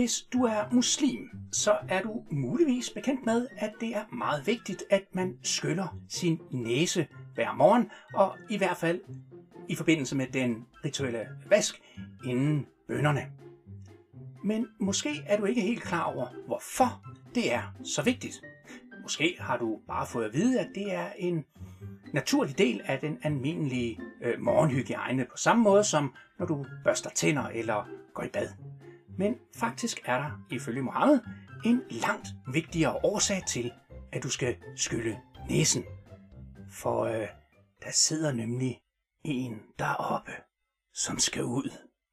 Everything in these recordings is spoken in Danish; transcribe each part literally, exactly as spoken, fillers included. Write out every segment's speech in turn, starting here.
Hvis du er muslim, så er du muligvis bekendt med, at det er meget vigtigt, at man skyller sin næse hver morgen, og i hvert fald i forbindelse med den rituelle vask inden bønnerne. Men måske er du ikke helt klar over, hvorfor det er så vigtigt. Måske har du bare fået at vide, at det er en naturlig del af den almindelige øh, morgenhygiejne, på samme måde som når du børster tænder eller går i bad. Men faktisk er der, ifølge Mohammed, en langt vigtigere årsag til, at du skal skylle næsen. For øh, der sidder nemlig en deroppe, som skal ud.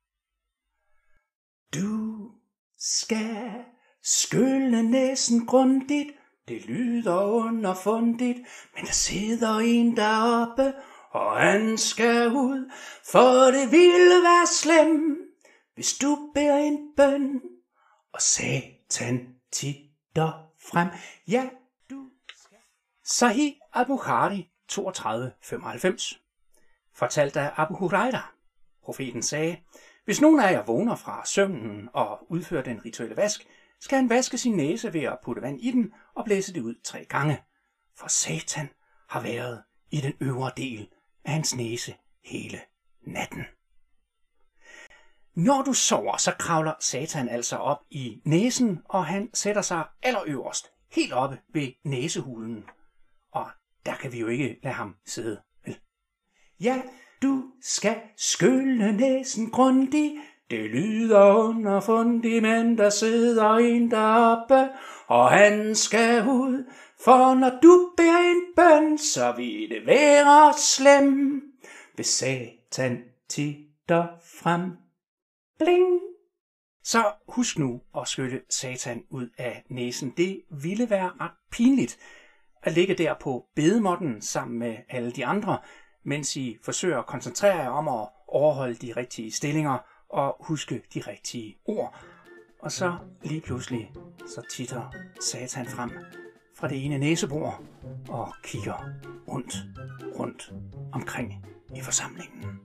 Du skal skylle næsen grundigt. Det lyder underfundigt, men der sidder en deroppe, og han skal ud, for det ville være slemt, hvis du beder en bøn, og Satan titter frem. Ja, du skal. Sahih al-Bukhari toogtredive femoghalvfems fortalte af Abu Huraira. Profeten sagde, hvis nogen af jer vågner fra søvnen og udfører den rituelle vask, skal han vaske sin næse ved at putte vand i den og blæse det ud tre gange. For Satan har været i den øvre del af hans næse hele natten. Når du sover, så kravler Satan altså op i næsen, og han sætter sig allerøverst, helt oppe ved næsehulen. Og der kan vi jo ikke lade ham sidde, vel? Ja, du skal skylle næsen grundigt. Det lyder underfundigt, men der sidder en deroppe, og han skal ud. For når du beder en bøn, så vil det være slem, hvis Satan titter frem. Bling! Så husk nu at skylle Satan ud af næsen. Det ville være ret pinligt at ligge der på bedemåtten sammen med alle de andre, mens I forsøger at koncentrere jer om at overholde de rigtige stillinger og huske de rigtige ord. Og så lige pludselig, så titter Satan frem fra det ene næsebor og kigger rundt, rundt omkring i forsamlingen.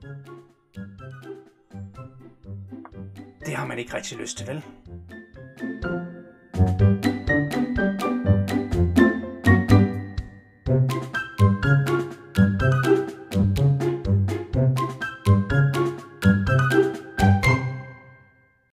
Det har man ikke rigtig lyst til, vel?